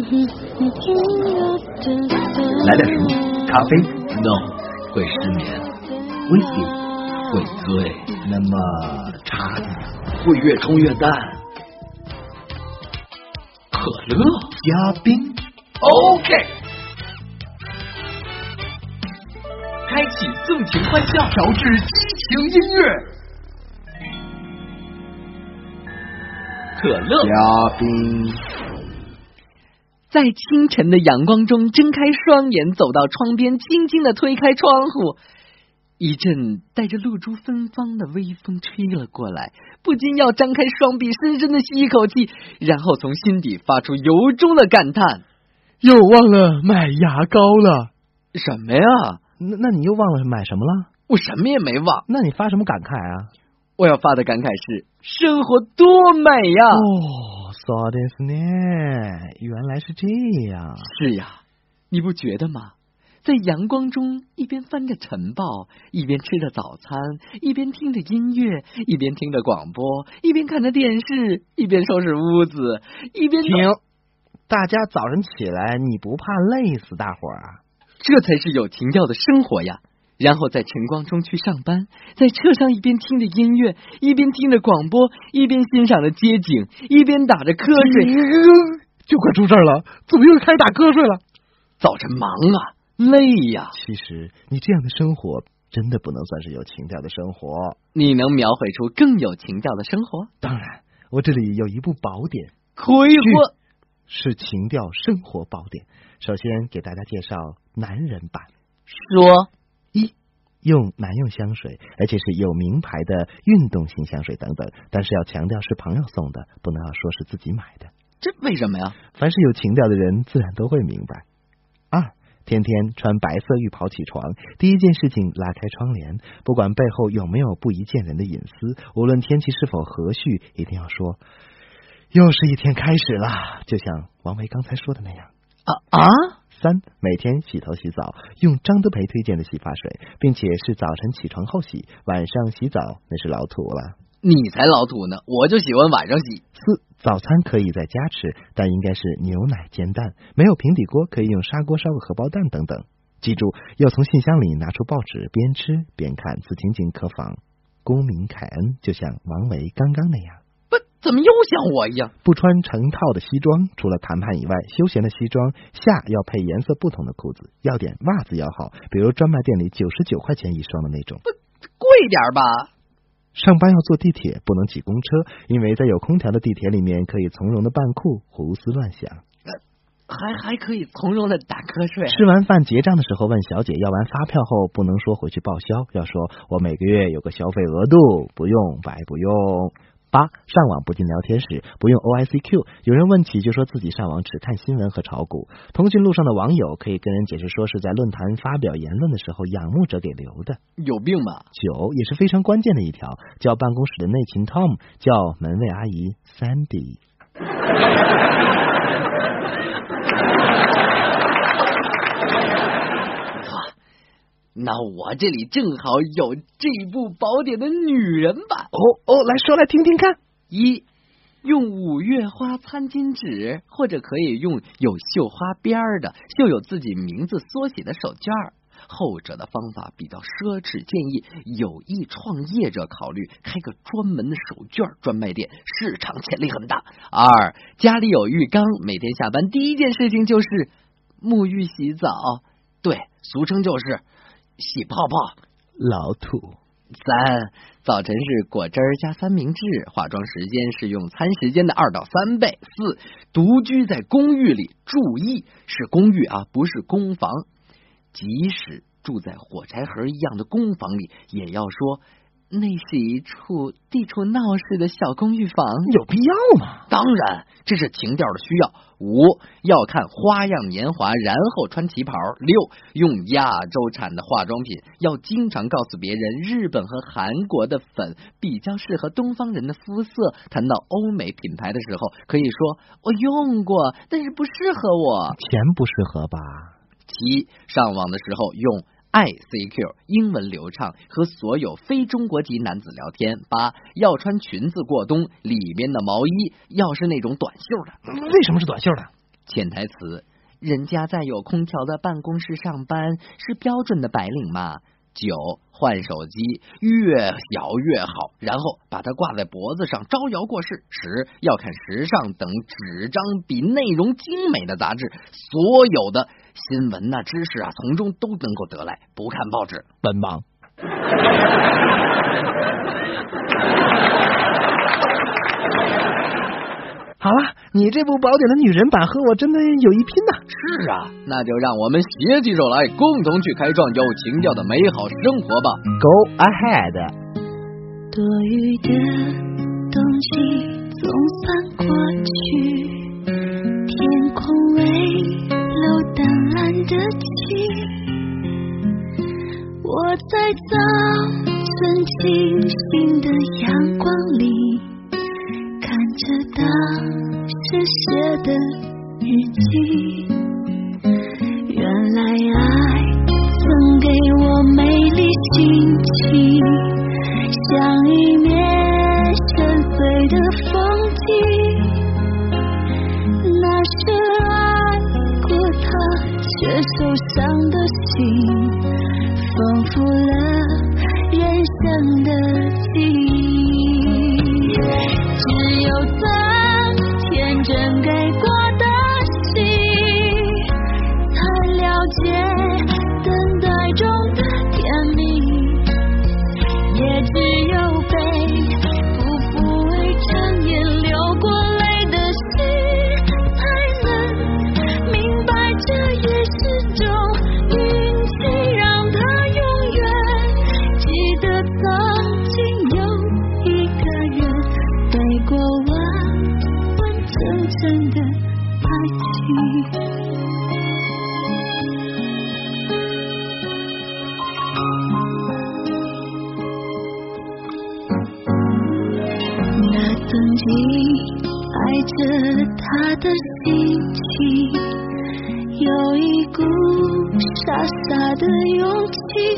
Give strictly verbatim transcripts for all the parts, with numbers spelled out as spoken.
来点什么？咖啡 ？No， 会失眠。威士忌会醉。那么茶呢？会越冲越淡。可乐加冰 ，OK。开启纵情欢笑，调制激情音乐。可乐加冰。 在清晨的阳光中，睁开双眼，走到窗边，轻轻地推开窗户。一阵带着露珠芬芳的微风吹了过来，不禁要张开双臂，深深的吸一口气，然后从心底发出由衷的感叹： 又忘了买牙膏了。 什么呀？ 那那你又忘了买什么了？ 我什么也没忘。 那你发什么感慨啊？ 我要发的感慨是：生活多美呀！ 哦，そうですね，原来是这样。 是呀，你不觉得吗？在阳光中，一边翻着晨报，一边吃着早餐，一边听着音乐，一边听着广播，一边看着电视，一边收拾屋子，一边停。大家早晨起来，你不怕累死大伙儿啊？ 这才是有情调的生活呀！然后在晨光中去上班，在车上一边听着音乐，一边听着广播，一边欣赏着街景，一边打着瞌睡。 就快出事了，怎么又开始打瞌睡了？ 早晨忙啊，累呀。 其实你这样的生活真的不能算是有情调的生活。 你能描绘出更有情调的生活？ 当然，我这里有一部宝典， 可以说是情调生活宝典。首先给大家介绍男人版。 说一，用男用香水，而且是有名牌的运动型香水等等，但是要强调是朋友送的，不能要说是自己买的。 这为什么呀？ 凡是有情调的人自然都会明白。二，天天穿白色浴袍起床，第一件事情拉开窗帘，不管背后有没有不宜见人的隐私，无论天气是否和煦，一定要说又是一天开始了，就像王维刚才说的那样。 啊啊！ 三，每天洗头洗澡用张德培推荐的洗发水，并且是早晨起床后洗，晚上洗澡那是老土了。 你才老土呢，我就喜欢晚上洗。 四，早餐可以在家吃，但应该是牛奶煎蛋，没有平底锅可以用砂锅烧个荷包蛋等等。记住，要从信箱里拿出报纸，边吃边看，此情景可仿公民凯恩，就像王维刚刚那样。 不，怎么又像我一样？ 不穿成套的西装，除了谈判以外，休闲的西装下要配颜色不同的裤子，要点袜子要好，比如专卖店里九十九块钱一双的那种。 不，贵点吧。 上班要坐地铁，不能挤公车，因为在有空调的地铁里面可以从容的扮酷，胡思乱想。 呃、还还可以从容的打瞌睡。 吃完饭结账的时候问小姐要完发票后，不能说回去报销，要说我每个月有个消费额度，不用白不用。八，上网不进聊天室，不用 O I C Q， 有人问起就说自己上网只看新闻和炒股。通讯录上的网友可以跟人解释说是在论坛发表言论的时候仰慕者给留的。 有病吧？ 九，也是非常关键的一条，叫办公室的内勤 Tom， 叫门卫阿姨 Sandy。 那我这里正好有这部宝典的女人版。 哦哦，来说来听听看。 一，用五月花餐巾纸，或者可以用有绣花边的、绣有自己名字缩写的手绢。后者的方法比较奢侈，建议有意创业者考虑开个专门的手绢专卖店，市场潜力很大。二，家里有浴缸，每天下班第一件事情就是沐浴洗澡，对，俗称就是洗泡泡， 老土。 三，早晨是果汁加三明治，化妆时间是用餐时间的二到三倍。四，独居在公寓里，注意是公寓啊，不是公房。即使住在火柴盒一样的公房里，也要说那是一处地处闹市的小公寓房。 有必要吗？ 当然，这是情调的需要。五，要看花样年华，然后穿旗袍。六，用亚洲产的化妆品，要经常告诉别人日本和韩国的粉比较适合东方人的肤色。谈到欧美品牌的时候，可以说我用过，但是不适合我。 钱不适合吧？ 七，上网的时候用I C Q， 英文流畅，和所有非中国籍男子聊天。八，要穿裙子过冬，里面的毛衣要是那种短袖的。 为什么是短袖的？ 潜台词：人家在有空调的办公室上班，是标准的白领嘛。九，换手机，越小越好，然后把它挂在脖子上，招摇过市。十，要看时尚等纸张比内容精美的杂志，所有的新闻呐、啊、知识啊，从中都能够得来。不看报纸， 文盲。好了，你这部宝典的女人版和我真的有一拼呐！ 是啊，那就让我们携起手来，共同去开创有情调的美好生活吧。 Go ahead。 多余的冬季总算过去，天空微露淡蓝的晴，我在早晨清醒的阳光里，看着当时写的日记，原来爱曾给我美丽心情，像一面深邃的风景。那是爱过他却受伤的心，丰富了人生的记忆。只有曾天真给过的心，才了解等待中的甜蜜，也只有被辜负为常年流过泪的心，才能明白这也是种运气，让他永远记得曾经有一个人给过完完整整的爱情。那曾经爱着他的心情，有一股傻傻的勇气。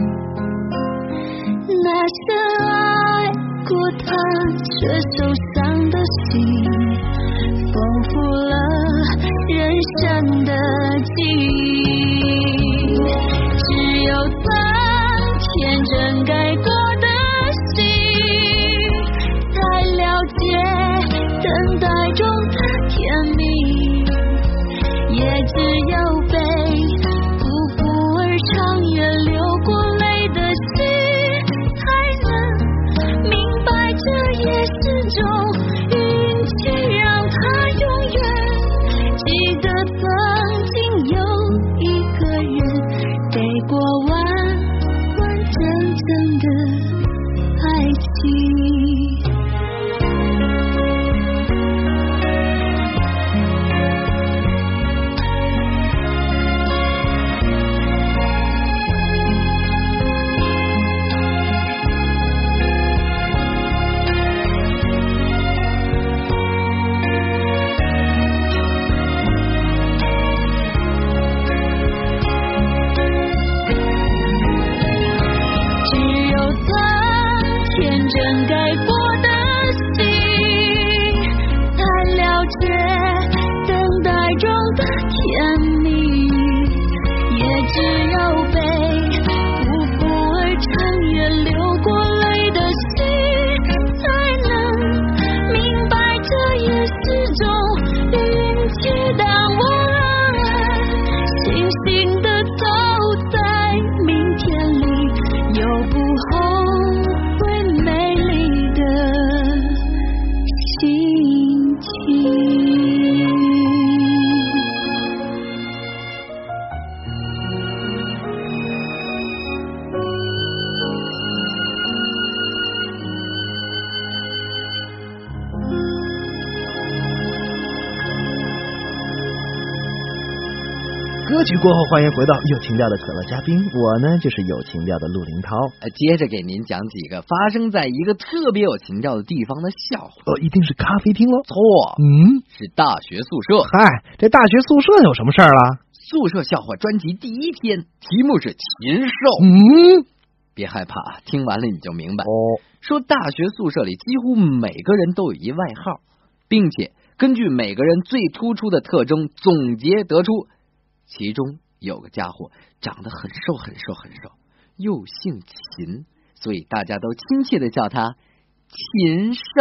那深爱过他却受伤的心，丰富了人生的记忆。只有曾天真给过的心，才了解等待中的甜蜜，也只有被辜负而长远流过泪的心，才能明白这也是种运气，让他永远记得曾经有一个人给过完完整整的爱情。真给过的心，才了解等待中的甜蜜，也只有被辜负而长远流过泪的心，才能明白这也是种运气。当我怅怅地走在明天里，有不后歌曲过后，欢迎回到有情调的可乐嘉宾，我呢就是有情调的陆林涛。 呃，接着给您讲几个发生在一个特别有情调的地方的笑话。 哦，一定是咖啡厅喽？ 错， 嗯， 是大学宿舍。 嗨，这大学宿舍有什么事儿了？ 宿舍笑话专辑第一天，题目是禽兽。 嗯， 别害怕，听完了你就明白。 哦， 说大学宿舍里几乎每个人都有一外号，并且根据每个人最突出的特征总结得出，其中有个家伙长得很瘦很瘦很瘦，又姓秦，所以大家都亲切的叫他禽兽。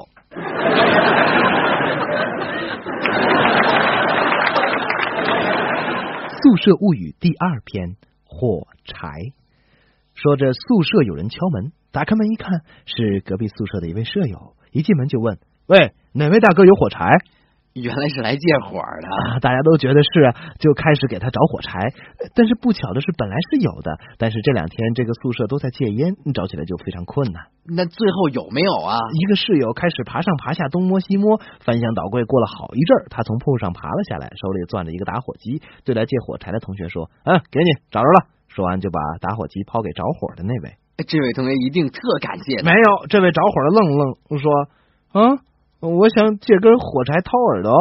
宿舍物语第二篇，火柴。说着宿舍有人敲门，打开门一看，是隔壁宿舍的一位舍友，一进门就问：喂，哪位大哥有火柴？ 原来是来借火的、 啊、大家都觉得是啊，就开始给他找火柴。但是不巧的是，本来是有的，但是这两天这个宿舍都在戒烟，找起来就非常困难。 那最后有没有啊？ 一个室友开始爬上爬下，东摸西摸，翻箱倒柜，过了好一阵儿，他从铺上爬了下来，手里攥着一个打火机，对来借火柴的同学说：嗯，给你，找着了。说完就把打火机抛给着火的那位。 这位同学一定特感谢。 没有，这位着火的愣愣说：啊，我想借根火柴掏耳朵。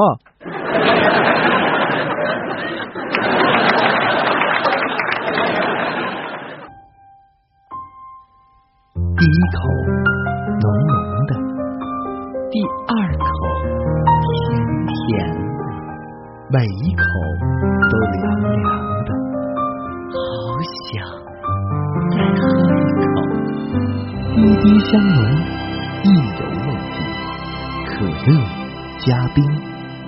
第一口浓浓的， 第二口甜甜的， 每一口都凉凉的， 好想再喝一口。 滴滴香浓，意犹未尽，可乐加冰。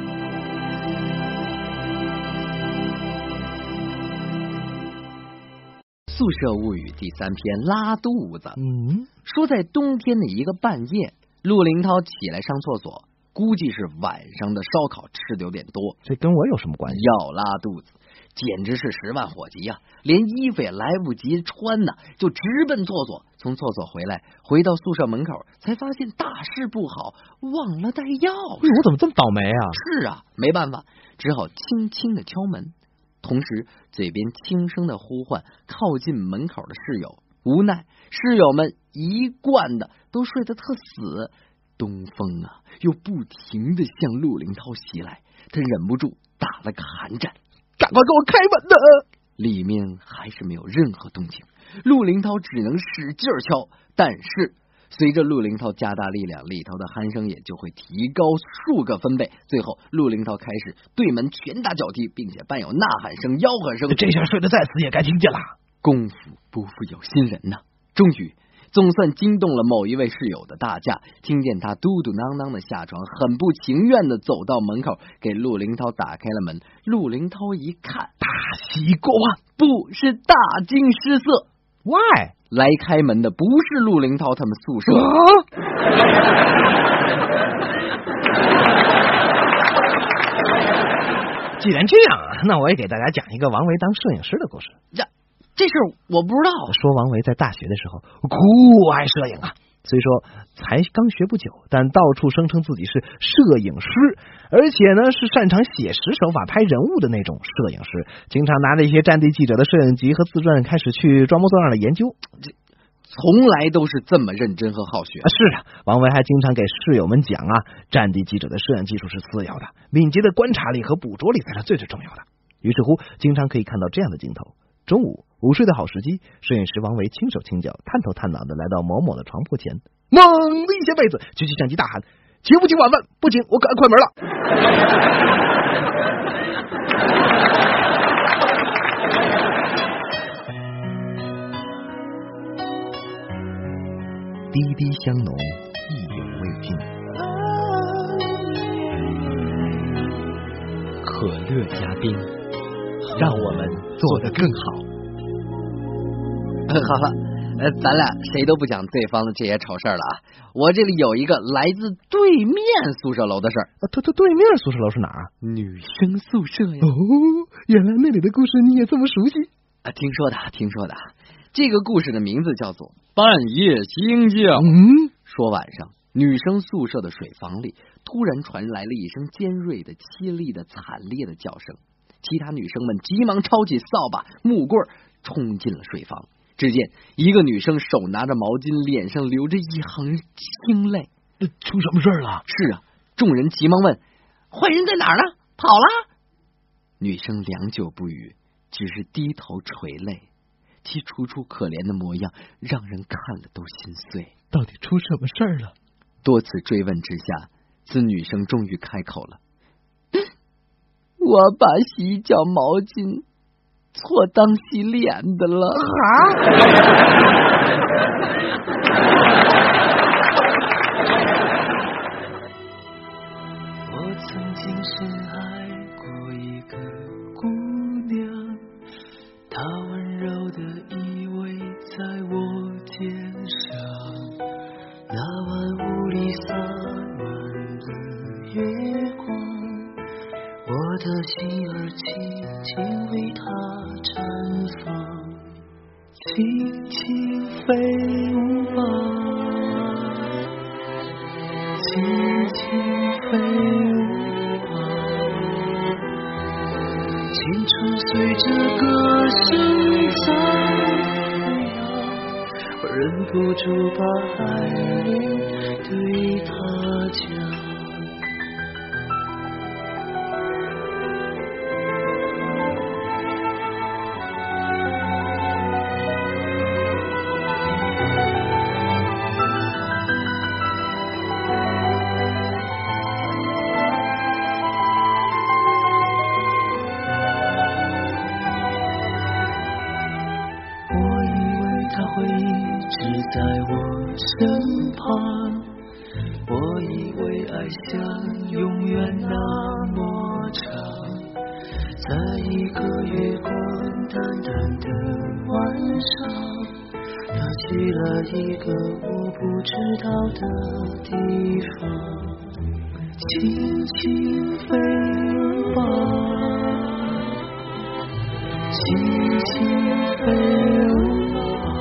宿舍物语第三篇，拉肚子。 嗯， 说在冬天的一个半夜，陆林涛起来上厕所，估计是晚上的烧烤吃的有点多， 这跟我有什么关系？ 要拉肚子，简直是十万火急呀、啊！连衣服也来不及穿呢，就直奔厕所。从厕所回来，回到宿舍门口，才发现大事不好，忘了带钥匙。 我怎么这么倒霉啊？ 是啊，没办法，只好轻轻的敲门。同时嘴边轻声的呼唤靠近门口的室友，无奈室友们一贯的都睡得特死，东风啊又不停的向陆林涛袭来，他忍不住打了个寒战， 赶快给我开门的！ 里面还是没有任何动静，陆林涛只能使劲敲，但是随着陆林涛加大力量，里头的鼾声也就会提高数个分贝。最后，陆林涛开始对门拳打脚踢，并且伴有呐喊声、吆喝声。 这下睡得再死也该听见了。 功夫不负有心人呐！终于，总算惊动了某一位室友的大驾，听见他嘟嘟囔囔的下床，很不情愿的走到门口，给陆林涛打开了门。陆林涛一看， 大喜过望， 不是大惊失色。 Why？ 来开门的不是陆林涛他们宿舍。 啊、既然这样，那我也给大家讲一个王维当摄影师的故事。 这这事儿我不知道。 说王维在大学的时候酷爱摄影啊，虽说才刚学不久，但到处声称自己是摄影师，而且呢是擅长写实手法拍人物的那种摄影师，经常拿着一些战地记者的摄影集和自传开始去装模作样的研究。 这从来都是这么认真和好学啊！是啊，王维还经常给室友们讲啊，战地记者的摄影技术是次要的，敏捷的观察力和捕捉力才是最最重要的。于是乎，经常可以看到这样的镜头：中午午睡的好时机，摄影师王维轻手轻脚、探头探脑的来到某某的床铺前，猛地一掀被子，举起相机大喊：“请不请晚饭？不请，我可按快门了。”滴滴香浓，意犹未尽， 可乐加冰，让我们做得更好。好了，呃，咱俩谁都不讲对方的这些丑事了啊！我这里有一个来自对面宿舍楼的事儿。 啊，对对，对面宿舍楼是哪儿？ 女生宿舍呀。 哦，原来那里的故事你也这么熟悉啊？听说的，听说的。这个故事的名字叫做《半夜惊叫》。 嗯， 说晚上女生宿舍的水房里突然传来了一声尖锐的、凄厉的、惨烈的叫声，其他女生们急忙抄起扫把、木棍，冲进了水房。只见一个女生手拿着毛巾，脸上流着一行清泪。 出什么事了？ 是啊，众人急忙问：坏人在哪儿呢？跑了？女生良久不语，只是低头垂泪，其楚楚可怜的模样让人看了都心碎。 到底出什么事儿了？ 多次追问之下， 子女生终于开口了：“我把洗脚毛巾错当洗脸的了。” 啊！ 我曾经深爱过一个姑娘，她温柔的依偎在我肩上，那晚屋里洒满了月光，我的心儿轻轻为她绽放，轻轻飞舞吧，轻轻飞舞吧，青春随着歌声在飞扬，我忍不住把爱恋对她讲。在我身旁，我以为爱像永远那么长，在一个月光淡淡的晚上，他去了一个我不知道的地方，轻轻飞吧，轻轻飞吧，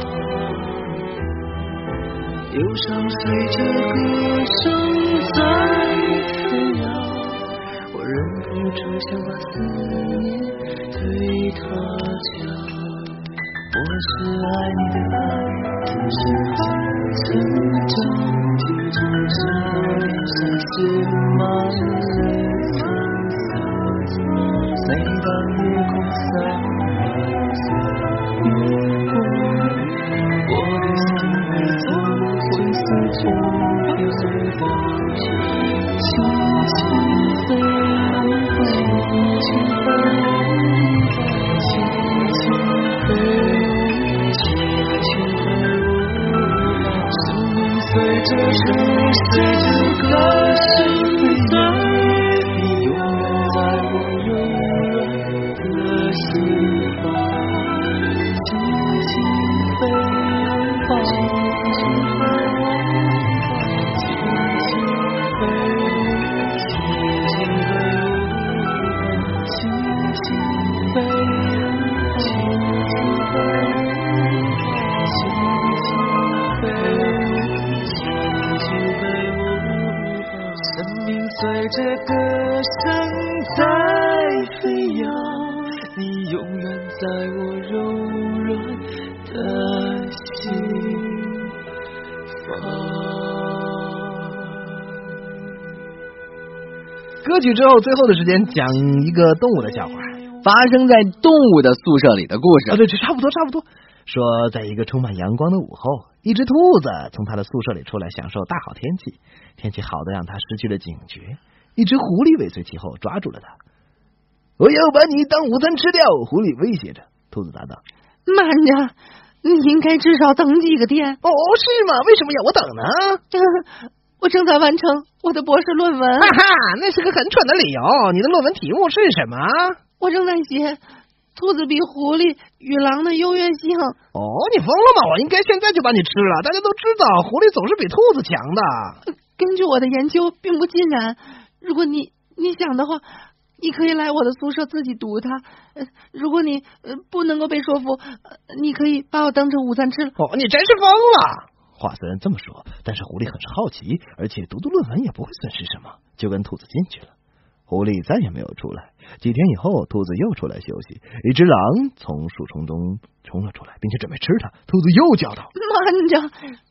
忧伤随着歌声在飞扬，我忍不住想把思念对他讲。我是爱你的爱，只是几成长，记住是我脸上写满了沧桑。每当夜空洒满月光，我的心会从红色中飘荡，轻轻飞吧，轻轻飞，轻轻飞，生命随着声，随着歌声在你永远在我永远的心房，轻轻飞吧，轻轻飞，轻轻飞，轻轻飞，轻轻飞，轻轻飞，轻轻飞，生命随着歌声在飞扬，你永远在我柔软的心房。 歌曲之后，最后的时间讲一个动物的笑话， 发生在动物的宿舍里的故事。 啊，对，这差不多，差不多。说，在一个充满阳光的午后，一只兔子从它的宿舍里出来，享受大好天气。天气好的让它失去了警觉，一只狐狸尾随其后，抓住了它。我要把你当午餐吃掉！狐狸威胁着。兔子答道： 慢着，你应该至少等几个天。 哦，是吗？为什么要我等呢？ 我正在完成我的博士论文。 哈哈，那是个很蠢的理由。你的论文题目是什么？ 我正在写兔子比狐狸与狼的优越性。 哦，你疯了吗？我应该现在就把你吃了。大家都知道，狐狸总是比兔子强的。 根据我的研究，并不尽然。如果你你想的话，你可以来我的宿舍自己读它。呃、如果你、呃、不能够被说服、呃，你可以把我当成午餐吃了。 哦，你真是疯了！话虽然这么说，但是狐狸很是好奇，而且读读论文也不会损失什么，就跟兔子进去了。狐狸再也没有出来。几天以后，兔子又出来休息，一只狼从树丛中冲了出来，并且准备吃它。兔子又叫道： 慢着，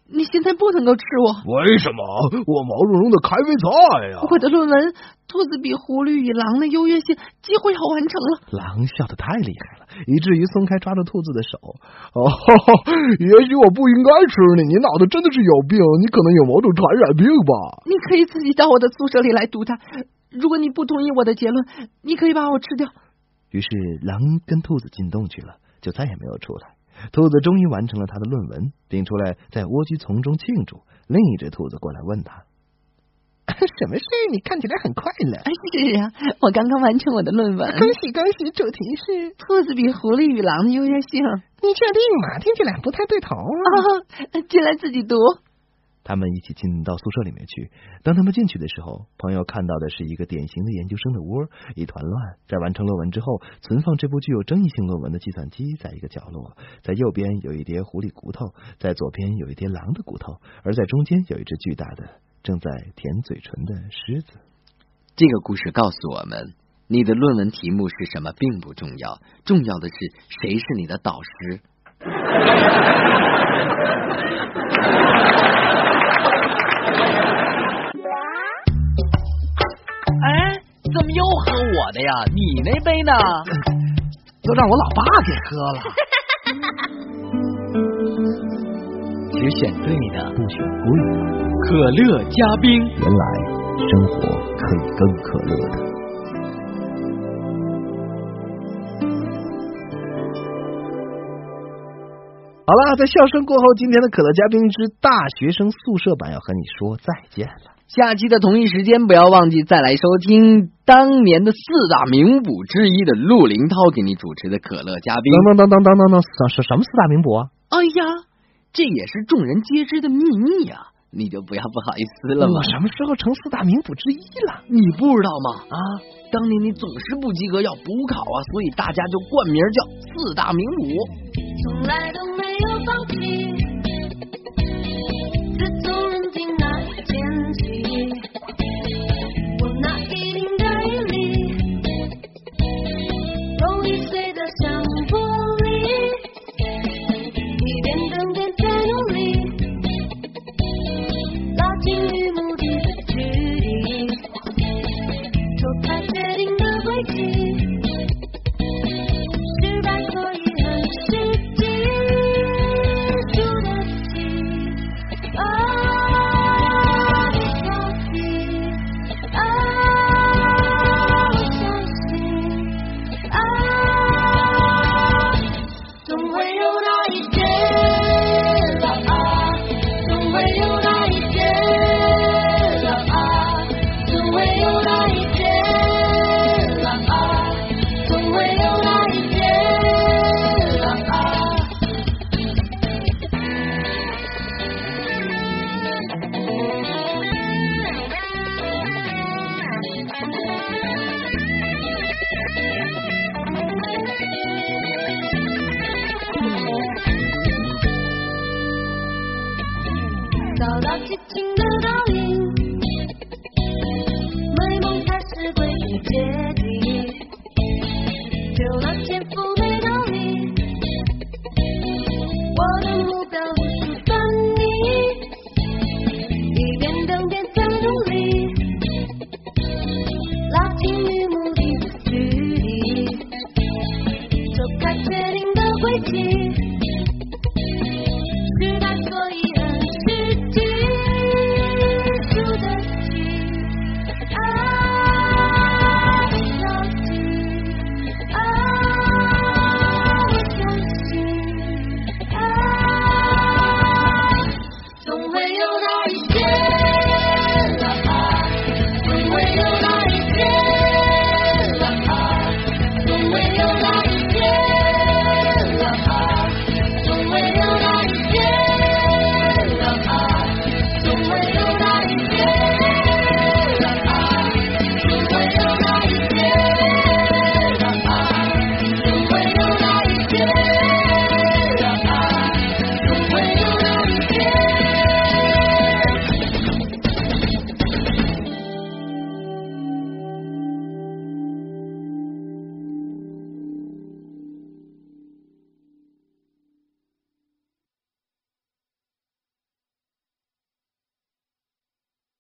你现在不能够吃我。 为什么？我毛茸茸的开胃菜呀！ 我的论文《兔子比狐狸与狼的优越性》几乎要完成了。 狼笑得太厉害了，以至于松开抓住兔子的手。哦，也许我不应该吃你，你脑子真的是有病，你可能有某种传染病吧。 你可以自己到我的宿舍里来读它。如果你不同意我的结论，你可以把我吃掉。 于是狼跟兔子进洞去了，就再也没有出来。兔子终于完成了他的论文，并出来在莴苣丛中庆祝。另一只兔子过来问他：什么事？你看起来很快乐。 是啊，我刚刚完成我的论文。 恭喜恭喜！主题是兔子比狐狸与狼的优越性。 你确定吗？听起来不太对头啊。 哦，进来自己读。 他们一起进到宿舍里面去。当他们进去的时候，朋友看到的是一个典型的研究生的窝，一团乱。在完成论文之后，存放这部具有争议性论文的计算机在一个角落，在右边有一叠狐狸骨头，在左边有一叠狼的骨头，而在中间有一只巨大的正在舔嘴唇的狮子。 这个故事告诉我们，你的论文题目是什么并不重要，重要的是谁是你的导师。 哎，怎么又喝我的呀？你那杯呢？ 都让我老爸给喝了。 只选对的， 不选贵的。 可乐加冰， 原来生活可以更可乐的。好了，在笑声过后，今天的可乐嘉宾之大学生宿舍版要和你说再见了。 下期的同一时间，不要忘记再来收听当年的四大名捕之一的陆林涛给你主持的可乐嘉宾。 等等等等等等等，什什么四大名捕啊？ 哎呀，这也是众人皆知的秘密呀、啊，你就不要不好意思了吗？ 我什么时候成四大名捕之一了？ 你不知道吗？啊，当年你总是不及格要补考啊，所以大家就冠名叫四大名捕。 从来都没有放弃，自从认定那一天起，我那一定的毅力，容易碎得像玻璃，一遍等遍再努力，拉近与目的的距离，走开决定的轨迹，失败所以很实际。找到激情的倒影，美梦开始归于阶梯，就那天赋没道理，我的目标无数分离，一边等边再努力，拉近与目的的距离，走开确定的轨迹。